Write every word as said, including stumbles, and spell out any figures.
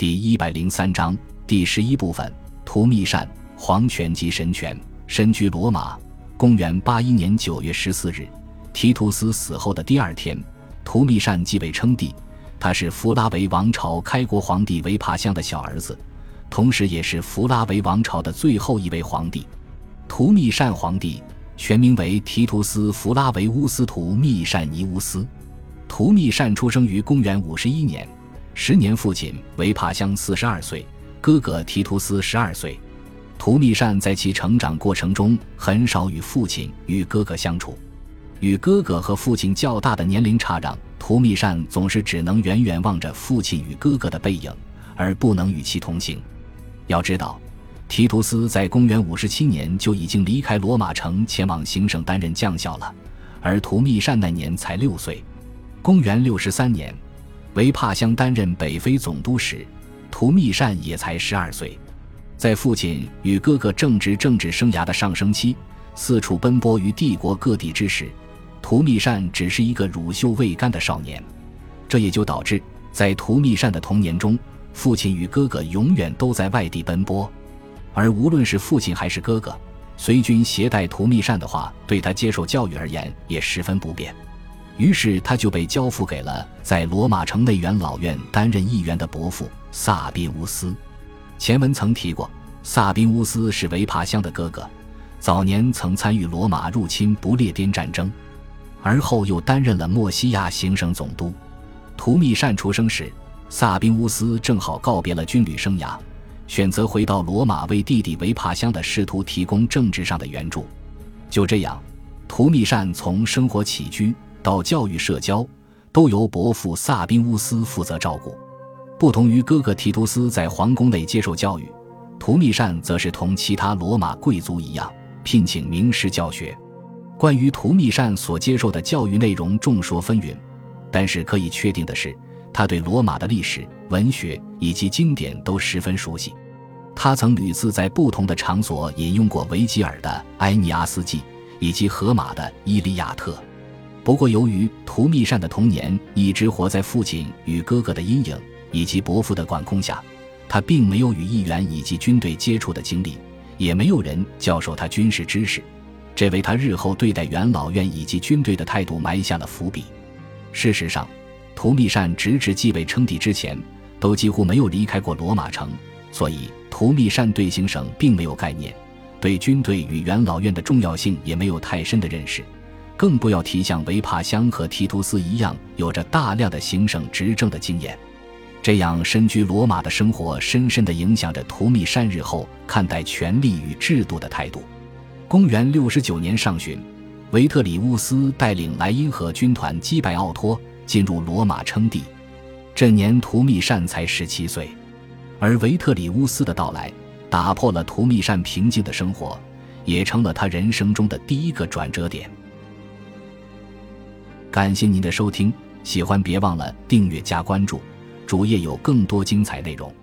第一百零三章第十一部分，图密善，皇权及神权，身居罗马。公元八一年九月十四日，提图斯死后的第二天，图密善继位称帝。他是弗拉维王朝开国皇帝维帕乡的小儿子，同时也是弗拉维王朝的最后一位皇帝。图密善皇帝全名为提图斯·弗拉维乌斯·图密善尼乌斯。图密善出生于公元五十一年，时年父亲维帕乡四十二岁，哥哥提图斯十二岁。图密善在其成长过程中很少与父亲与哥哥相处，与哥哥和父亲较大的年龄差让，图密善总是只能远远望着父亲与哥哥的背影，而不能与其同行。要知道，提图斯在公元五十七年就已经离开罗马城前往行省担任将校了，而图密善那年才六岁。公元六十三年，维帕乡担任北非总督时，图密善也才十二岁。在父亲与哥哥正值政治生涯的上升期，四处奔波于帝国各地之时，图密善只是一个乳臭未干的少年。这也就导致在图密善的童年中，父亲与哥哥永远都在外地奔波，而无论是父亲还是哥哥，随军携带图密善的话，对他接受教育而言也十分不便。于是他就被交付给了在罗马城内元老院担任议员的伯父萨宾乌斯。前文曾提过，萨宾乌斯是维帕乡的哥哥，早年曾参与罗马入侵不列颠战争，而后又担任了墨西亚行省总督。图密善出生时，萨宾乌斯正好告别了军旅生涯，选择回到罗马为弟弟维帕乡的仕途提供政治上的援助。就这样，图密善从生活起居到教育社交都由伯父萨宾乌斯负责照顾。不同于哥哥提图斯在皇宫内接受教育，图密善则是同其他罗马贵族一样聘请名师教学。关于图密善所接受的教育内容众说纷纭，但是可以确定的是，他对罗马的历史、文学以及经典都十分熟悉。他曾屡次在不同的场所引用过维吉尔的《埃尼阿斯纪》以及荷马的《伊利亚特》。不过由于图密善的童年一直活在父亲与哥哥的阴影以及伯父的管控下，他并没有与议员以及军队接触的经历，也没有人教授他军事知识，这为他日后对待元老院以及军队的态度埋下了伏笔。事实上，图密善直至继位称帝之前都几乎没有离开过罗马城，所以图密善对行省并没有概念，对军队与元老院的重要性也没有太深的认识，更不要提像维帕乡和提图斯一样有着大量的行省执政的经验。这样身居罗马的生活深深地影响着图密善日后看待权力与制度的态度。公元六十九年上旬，维特里乌斯带领莱茵河军团击败奥托，进入罗马称帝。这年图密善才十七岁，而维特里乌斯的到来打破了图密善平静的生活，也成了他人生中的第一个转折点。感谢您的收听，喜欢别忘了订阅加关注，主页有更多精彩内容。